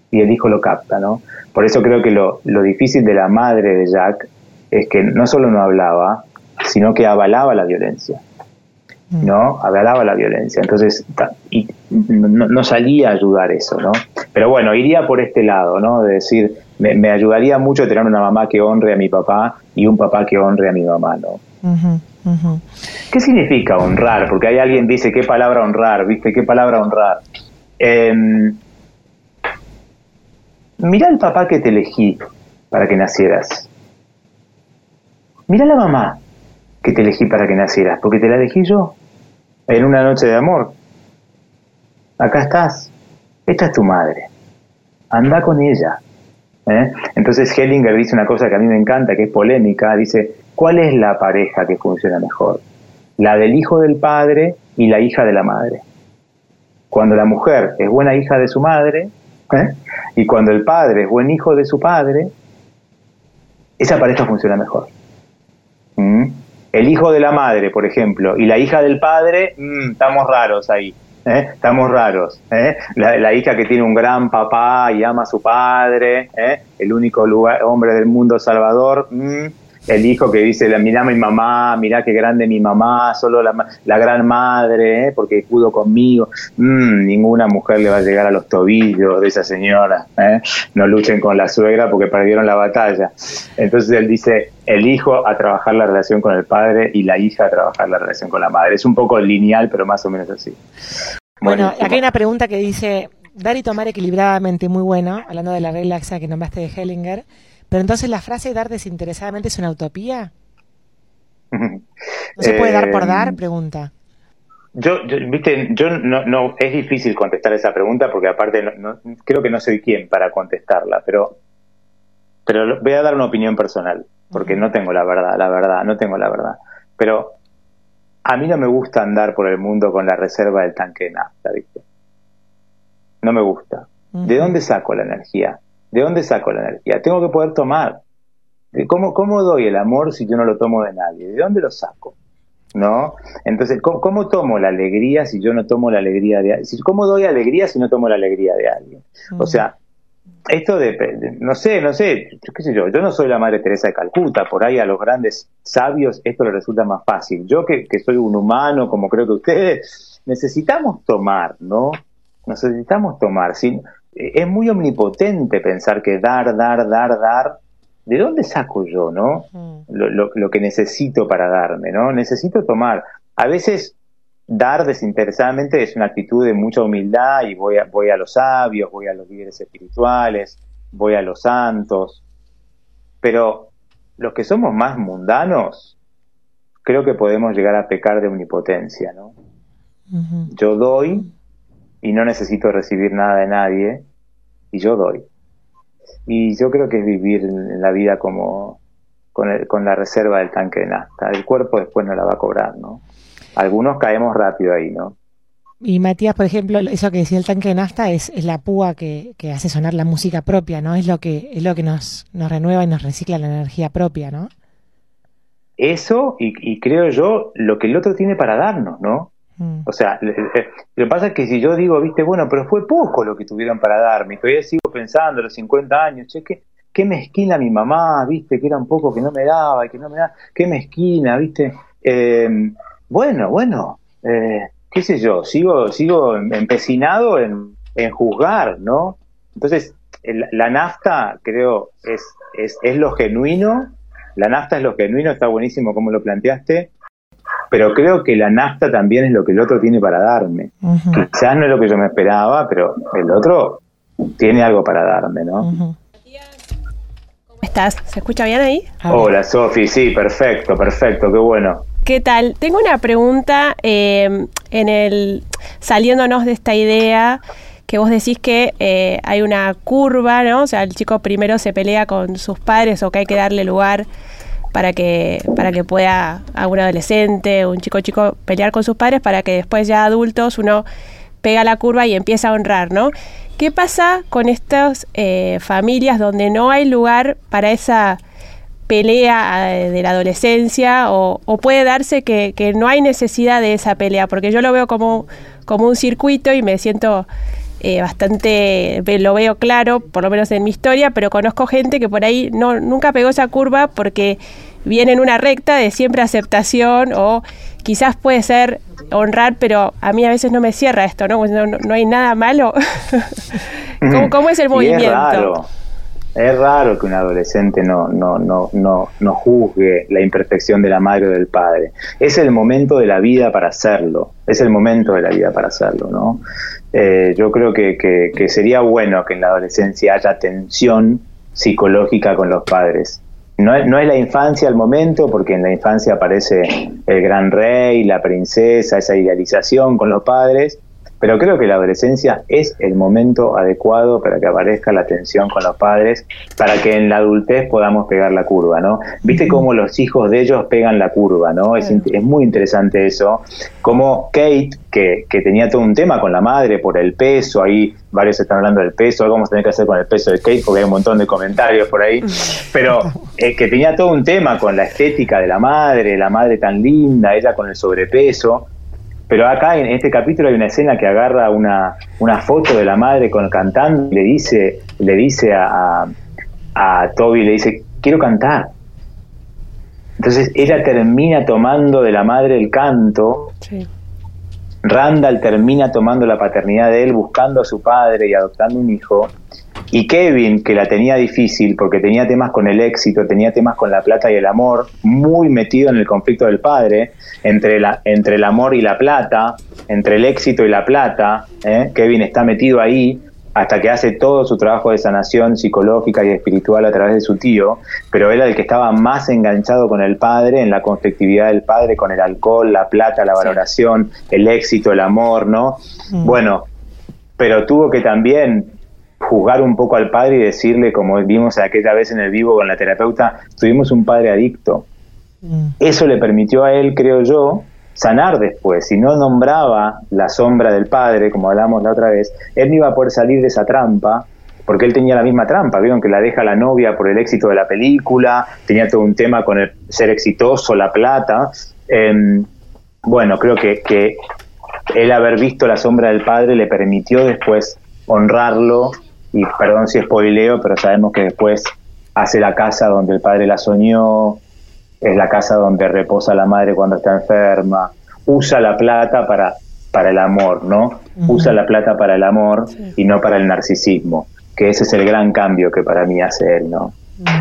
¿No? Por eso creo que lo difícil de la madre de Jack es que no solo no hablaba, sino que avalaba la violencia. ¿No? Avalaba la violencia. Entonces, y no salía a ayudar eso, ¿no? Pero bueno, iría por este lado, ¿no? De decir, me ayudaría mucho tener una mamá que honre a mi papá y un papá que honre a mi mamá, ¿no? ¿Qué significa honrar? Porque hay alguien que dice, ¿qué palabra honrar? ¿Viste? ¿Qué palabra honrar? Mirá al papá que te elegí para que nacieras. Mirá a la mamá que te elegí para que nacieras, porque te la elegí yo, en una noche de amor. Acá estás. Esta es tu madre. Anda con ella. Entonces Hellinger dice una cosa que a mí me encanta, que es polémica. Dice, ¿cuál es la pareja que funciona mejor? La del hijo del padre y la hija de la madre. Cuando la mujer es buena hija de su madre, y cuando el padre es buen hijo de su padre, esa pareja funciona mejor. El hijo de la madre, por ejemplo, y la hija del padre, estamos raros ahí. Estamos raros. La hija que tiene un gran papá y ama a su padre, el único hombre del mundo salvador. El hijo que dice, mirá a mi mamá, mirá qué grande mi mamá, solo la gran madre, porque pudo conmigo. Ninguna mujer le va a llegar a los tobillos de esa señora. No luchen con la suegra porque perdieron la batalla. Entonces él dice, el hijo a trabajar la relación con el padre y la hija a trabajar la relación con la madre. Es un poco lineal, pero más o menos así. Bueno, acá hay una pregunta que dice, dar y tomar equilibradamente, muy bueno, hablando de la regla esa que nombraste de Hellinger. Pero entonces la frase dar desinteresadamente es una utopía. ¿No se puede dar por dar? Pregunta. Yo no es difícil contestar esa pregunta porque aparte creo que no soy quien para contestarla, pero voy a dar una opinión personal porque no tengo la verdad, no tengo la verdad. Pero a mí no me gusta andar por el mundo con la reserva del tanque de nafta, ¿viste? No me gusta. ¿De dónde saco la energía? ¿De dónde saco la energía? Tengo que poder tomar. ¿Cómo doy el amor si yo no lo tomo de nadie? ¿De dónde lo saco? ¿No? Entonces, ¿cómo tomo la alegría si yo no tomo la alegría de alguien? ¿Cómo doy alegría si no tomo la alegría de alguien? O sea, esto depende. No sé, qué sé yo no soy la Madre Teresa de Calcuta, por ahí a los grandes sabios esto les resulta más fácil. Yo que soy un humano, como creo que ustedes, necesitamos tomar, ¿no? Necesitamos tomar, ¿sí? Es muy omnipotente pensar que dar. ¿De dónde saco yo, no? Lo que necesito para darme, ¿no? Necesito tomar. A veces dar desinteresadamente es una actitud de mucha humildad y voy a los sabios, voy a los líderes espirituales, voy a los santos. Pero los que somos más mundanos, creo que podemos llegar a pecar de omnipotencia, ¿no? Yo doy y no necesito recibir nada de nadie, y yo doy. Y yo creo que es vivir en la vida como con la reserva del tanque de nafta. El cuerpo después no la va a cobrar, ¿no? Algunos caemos rápido ahí, ¿no? Y Matías, por ejemplo, eso que decía el tanque de nafta es la púa que hace sonar la música propia, ¿no? Es lo que nos renueva y nos recicla la energía propia, ¿no? Eso, y creo yo, lo que el otro tiene para darnos, ¿no? O sea, lo que pasa es que si yo digo, viste, bueno, pero fue poco lo que tuvieron para darme, y todavía sigo pensando a los 50 años, che, qué mezquina mi mamá, viste, que era un poco que no me daba y que no me da, qué mezquina, viste. Bueno, qué sé yo, sigo empecinado en juzgar, ¿no? Entonces, la nafta, creo, es lo genuino, la nafta es lo genuino, está buenísimo como lo planteaste, pero creo que la nafta también es lo que el otro tiene para darme. Quizás no es lo que yo me esperaba, pero el otro tiene algo para darme, ¿no? ¿Cómo estás? ¿Se escucha bien ahí? Hola, Sofi, sí, perfecto, qué bueno. ¿Qué tal? Tengo una pregunta saliéndonos de esta idea que vos decís que hay una curva, ¿no? O sea, el chico primero se pelea con sus padres o que hay que darle lugar para que pueda algún adolescente o un chico pelear con sus padres para que después ya adultos uno pega la curva y empieza a honrar, ¿no? ¿Qué pasa con estas familias donde no hay lugar para esa pelea de la adolescencia o puede darse que no hay necesidad de esa pelea? Porque yo lo veo como un circuito y me siento lo veo claro, por lo menos en mi historia, pero conozco gente que por ahí nunca pegó esa curva porque viene en una recta de siempre aceptación o quizás puede ser honrar, pero a mí a veces no me cierra esto, ¿no? No hay nada malo. ¿Cómo es el movimiento? Es raro que un adolescente no juzgue la imperfección de la madre o del padre. Es el momento de la vida para hacerlo. ¿No? Yo creo que sería bueno que en la adolescencia haya tensión psicológica con los padres. No es la infancia el momento, porque en la infancia aparece el gran rey, la princesa, esa idealización con los padres, pero creo que la adolescencia es el momento adecuado para que aparezca la tensión con los padres, para que en la adultez podamos pegar la curva, ¿no? ¿Viste cómo los hijos de ellos pegan la curva, ¿no? Es muy interesante eso. Como Kate, que tenía todo un tema con la madre por el peso, ahí varios están hablando del peso, algo vamos a tener que hacer con el peso de Kate, porque hay un montón de comentarios por ahí, pero que tenía todo un tema con la estética de la madre tan linda, ella con el sobrepeso. Pero acá en este capítulo hay una escena que agarra una foto de la madre con cantando y le dice a Toby, le dice, quiero cantar. Entonces ella termina tomando de la madre el canto. Sí. Randall termina tomando la paternidad de él, buscando a su padre y adoptando un hijo. Y Kevin, que la tenía difícil porque tenía temas con el éxito, tenía temas con la plata y el amor, muy metido en el conflicto del padre, entre el amor y la plata, entre el éxito y la plata, Kevin está metido ahí hasta que hace todo su trabajo de sanación psicológica y espiritual a través de su tío, pero era el que estaba más enganchado con el padre, en la conflictividad del padre, con el alcohol, la plata, la valoración, el éxito, el amor, ¿no? Bueno, pero tuvo que también juzgar un poco al padre y decirle, como vimos aquella vez en el vivo con la terapeuta, tuvimos un padre adicto. Eso le permitió a él, creo yo, sanar después. Si no nombraba la sombra del padre, como hablamos la otra vez, él no iba a poder salir de esa trampa, porque él tenía la misma trampa. Vieron que la deja la novia por el éxito de la película, tenía todo un tema con el ser exitoso, la plata. Bueno, creo que el haber visto la sombra del padre le permitió después honrarlo, y perdón si spoileo, pero sabemos que después hace la casa donde el padre la soñó, es la casa donde reposa la madre cuando está enferma, usa la plata para el amor, ¿no? Usa la plata para el amor y no para el narcisismo, que ese es el gran cambio que para mí hace él, ¿no?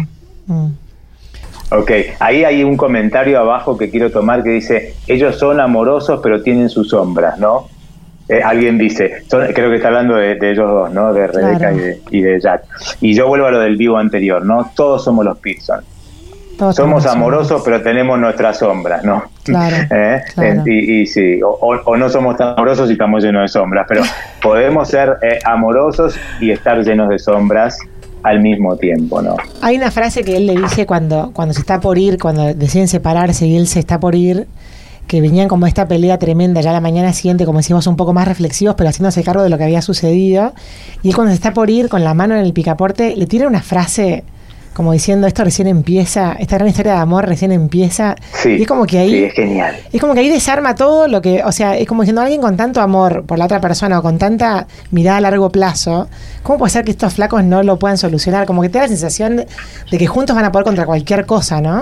Ok, ahí hay un comentario abajo que quiero tomar que dice, ellos son amorosos pero tienen sus sombras, ¿no? Alguien dice, creo que está hablando de ellos dos, ¿no? De Rebecca, claro, y de Jack. Y yo vuelvo a lo del vivo anterior, ¿no? Todos somos los Pearson. Somos amorosos, pero tenemos nuestras sombras, ¿no? Claro, claro. Y sí, o no somos tan amorosos y estamos llenos de sombras, pero podemos ser amorosos y estar llenos de sombras al mismo tiempo, ¿no? Hay una frase que él le dice cuando se está por ir, cuando deciden separarse y él se está por ir, que venían como esta pelea tremenda ya la mañana siguiente, como decimos, un poco más reflexivos, pero haciéndose cargo de lo que había sucedido. Y él cuando se está por ir, con la mano en el picaporte, le tira una frase como diciendo, esto recién empieza, esta gran historia de amor recién empieza. Sí, y es como que ahí, sí, es genial. Es como que ahí desarma todo lo que, o sea, es como diciendo, alguien con tanto amor por la otra persona o con tanta mirada a largo plazo, ¿cómo puede ser que estos flacos no lo puedan solucionar? Como que te da la sensación de que juntos van a poder contra cualquier cosa, ¿no?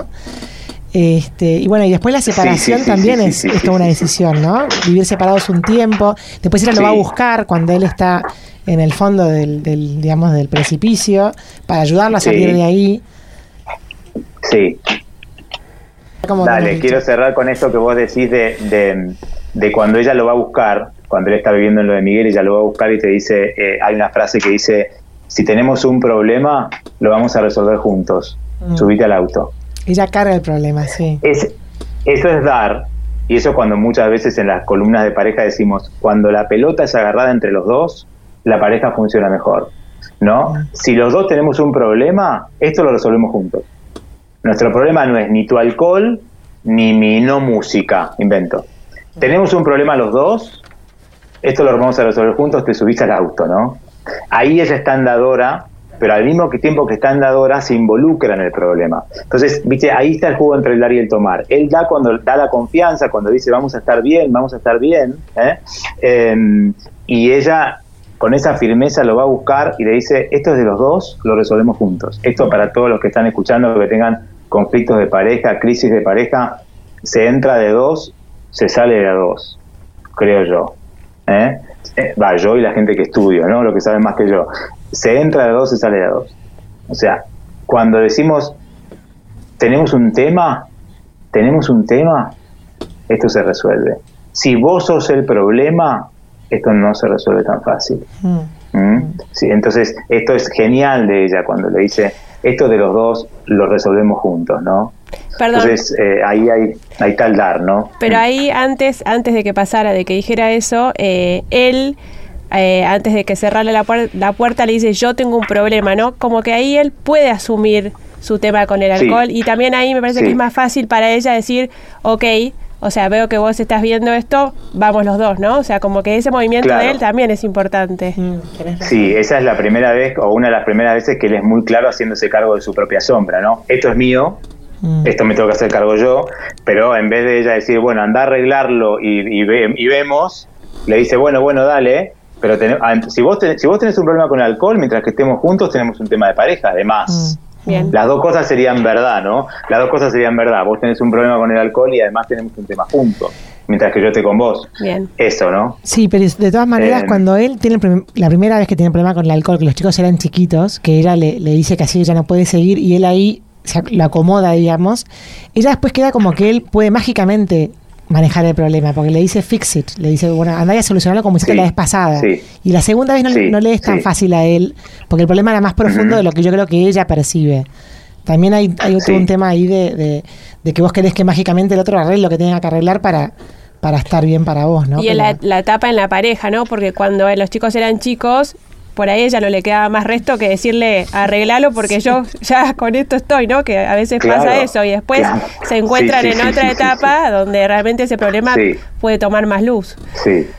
Y bueno, y después la separación también es toda una decisión, ¿no? Vivir separados un tiempo, después ella lo va a buscar cuando él está en el fondo del digamos, del precipicio, para ayudarlo a salir de ahí. Sí. Dale, quiero cerrar con esto que vos decís de cuando ella lo va a buscar, cuando él está viviendo en lo de Miguel, ella lo va a buscar y te dice, hay una frase que dice, si tenemos un problema, lo vamos a resolver juntos, subite al auto. Ella carga el problema, sí. Eso es dar, y eso cuando muchas veces en las columnas de pareja decimos, cuando la pelota es agarrada entre los dos, la pareja funciona mejor, ¿no? Si los dos tenemos un problema, esto lo resolvemos juntos. Nuestro problema no es ni tu alcohol, ni mi no música, invento. Tenemos un problema los dos, esto lo vamos a resolver juntos, te subiste al auto, ¿no? Ahí ella está andadora, pero al mismo tiempo que está andadora se involucra en el problema. Entonces, viste, ahí está el juego entre el dar y el tomar. Él da cuando da la confianza, cuando dice vamos a estar bien, y ella con esa firmeza lo va a buscar y le dice, esto es de los dos, lo resolvemos juntos. Esto para todos los que están escuchando, que tengan conflictos de pareja, crisis de pareja, se entra de dos, se sale de dos, creo yo. Yo y la gente que estudio, ¿no? Lo que saben más que yo. Se entra de dos, se sale de dos. O sea, cuando decimos tenemos un tema, esto se resuelve. Si vos sos el problema, esto no se resuelve tan fácil. Sí, entonces, esto es genial de ella cuando le dice, esto de los dos lo resolvemos juntos, ¿no? Perdón. Entonces, ahí hay tal dar, ¿no? Pero ahí, antes de que pasara, de que dijera eso, él, antes de que cerrarle la puerta, le dice, yo tengo un problema, ¿no? Como que ahí él puede asumir su tema con el alcohol, y también ahí me parece que es más fácil para ella decir, ok, o sea, veo que vos estás viendo esto, vamos los dos, ¿no? O sea, como que ese movimiento de él también es importante. Sí, esa es la primera vez, o una de las primeras veces que él es muy claro haciéndose cargo de su propia sombra, ¿no? Esto es mío, esto me tengo que hacer cargo yo, pero en vez de ella decir, bueno, anda a arreglarlo y vemos, le dice, bueno, dale, pero si vos tenés un problema con el alcohol, mientras que estemos juntos tenemos un tema de pareja, además. Bien. Las dos cosas serían verdad, ¿no? Las dos cosas serían verdad. Vos tenés un problema con el alcohol y además tenemos un tema juntos, mientras que yo esté con vos. Bien. Eso, ¿no? Sí, pero de todas maneras, cuando él tiene la primera vez que tiene problema con el alcohol, que los chicos eran chiquitos, que ella le dice que así ella no puede seguir y él ahí lo acomoda, digamos, ella después queda como que él puede mágicamente manejar el problema, porque le dice fix it, le dice, bueno, andá a solucionarlo como hiciste la vez pasada. Sí. Y la segunda vez no le es tan fácil a él, porque el problema era más profundo de lo que yo creo que ella percibe. También hay otro un tema ahí de que vos querés que mágicamente el otro arregle lo que tenga que arreglar para estar bien para vos, ¿no? Y en la etapa en la pareja, ¿no? Porque cuando los chicos eran chicos, por ahí ella no le quedaba más resto que decirle arreglalo porque yo ya con esto estoy, ¿no? Que a veces pasa eso y después se encuentran en otra etapa donde realmente ese problema puede tomar más luz. Sí.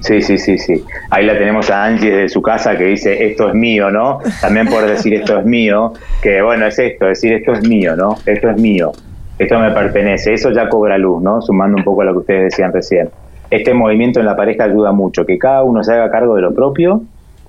Ahí la tenemos a Angie desde su casa que dice, esto es mío, ¿no? También por decir esto es mío, que bueno, es esto, decir esto es mío, ¿no? Esto es mío, esto me pertenece, eso ya cobra luz, ¿no? Sumando un poco a lo que ustedes decían recién. Este movimiento en la pareja ayuda mucho, que cada uno se haga cargo de lo propio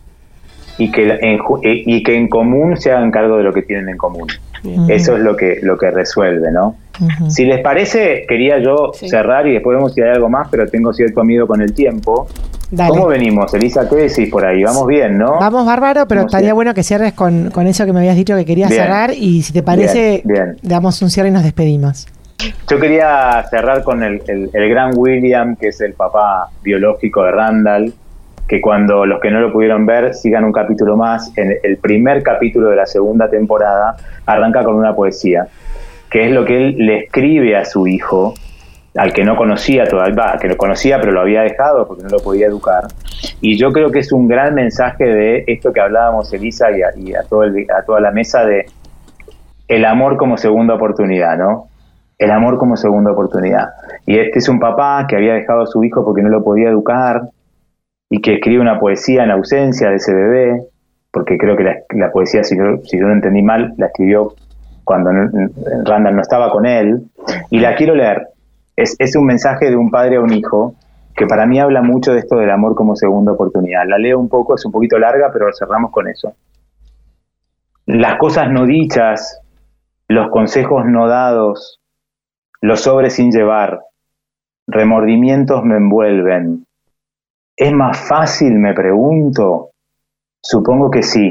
y que en común se hagan cargo de lo que tienen en común. Eso es lo que resuelve, ¿no? Si les parece, quería yo cerrar y después vemos si hay algo más, pero tengo cierto miedo con el tiempo. Dale. ¿Cómo venimos, Elisa? ¿Qué decís por ahí? Vamos bien, ¿no? Vamos bárbaro, pero estaría bueno que cierres con eso que me habías dicho que querías cerrar, y si te parece, damos un cierre y nos despedimos. Yo quería cerrar con el gran William, que es el papá biológico de Randall, que cuando los que no lo pudieron ver sigan un capítulo más. En el primer capítulo de la segunda temporada arranca con una poesía, que es lo que él le escribe a su hijo, al que no conocía todavía, que lo conocía pero lo había dejado porque no lo podía educar. Y yo creo que es un gran mensaje de esto que hablábamos, Elisa, y a toda la mesa, de el amor como segunda oportunidad, ¿no? El amor como segunda oportunidad. Y este es un papá que había dejado a su hijo porque no lo podía educar, y que escribe una poesía en ausencia de ese bebé, porque creo que la poesía, si yo no entendí mal, la escribió cuando Randall no estaba con él, y la quiero leer. Es un mensaje de un padre a un hijo, que para mí habla mucho de esto del amor como segunda oportunidad. La leo un poco, es un poquito larga, pero cerramos con eso. Las cosas no dichas, los consejos no dados, los sobres sin llevar, remordimientos me envuelven. ¿Es más fácil, me pregunto? Supongo que sí.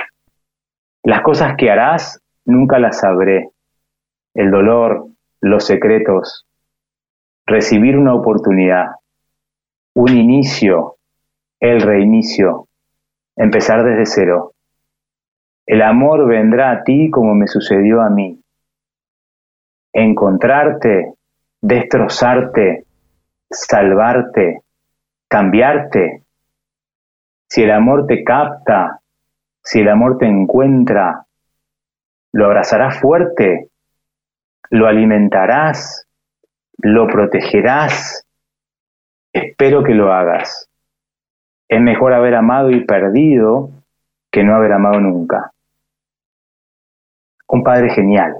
Las cosas que harás nunca las sabré. El dolor, los secretos, recibir una oportunidad, un inicio, el reinicio, empezar desde cero. El amor vendrá a ti como me sucedió a mí. Encontrarte, destrozarte, salvarte, cambiarte. Si el amor te capta, si el amor te encuentra, lo abrazarás fuerte, lo alimentarás, lo protegerás. Espero que lo hagas. Es mejor haber amado y perdido que no haber amado nunca. Un padre genial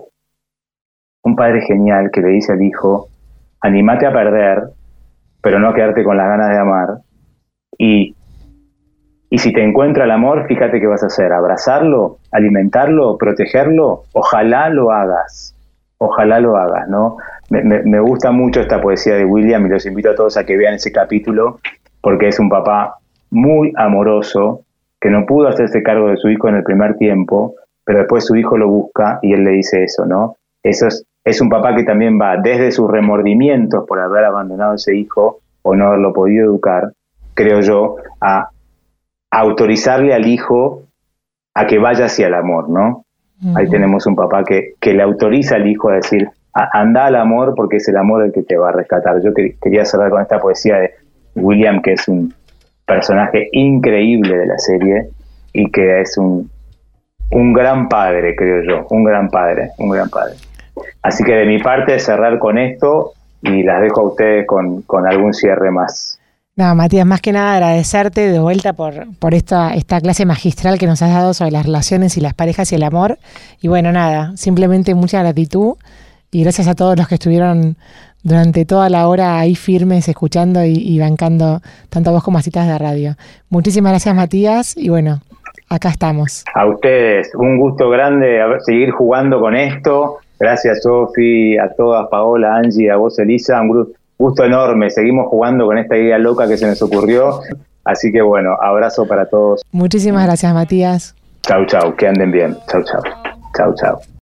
que le dice al hijo, anímate a perder, pero no quedarte con las ganas de amar, y si te encuentra el amor, fíjate qué vas a hacer, abrazarlo, alimentarlo, protegerlo. Ojalá lo hagas, ¿no? Me gusta mucho esta poesía de William y los invito a todos a que vean ese capítulo, porque es un papá muy amoroso, que no pudo hacerse cargo de su hijo en el primer tiempo, pero después su hijo lo busca y él le dice eso, ¿no? Eso es un papá que también va desde sus remordimientos por haber abandonado a ese hijo o no haberlo podido educar, creo yo, a autorizarle al hijo a que vaya hacia el amor, ¿no? Ahí tenemos un papá que le autoriza al hijo a decir, anda al amor porque es el amor el que te va a rescatar. Yo quería cerrar con esta poesía de William, que es un personaje increíble de la serie y que es un gran padre, creo yo, un gran padre. Así que de mi parte cerrar con esto y las dejo a ustedes con algún cierre más. No, Matías, más que nada agradecerte de vuelta por esta clase magistral que nos has dado sobre las relaciones y las parejas y el amor. Y bueno, nada, simplemente mucha gratitud y gracias a todos los que estuvieron durante toda la hora ahí firmes, escuchando y bancando tanto a vos como a Citas de Radio. Muchísimas gracias, Matías, y bueno, acá estamos. A ustedes, un gusto grande seguir jugando con esto. Gracias, Sofi, a todas, Paola, Angie, a vos, Elisa, un gusto enorme. Seguimos jugando con esta idea loca que se nos ocurrió. Así que bueno, abrazo para todos. Muchísimas gracias, Matías. Chau, chau, que anden bien. Chau, chau. Chau, chau.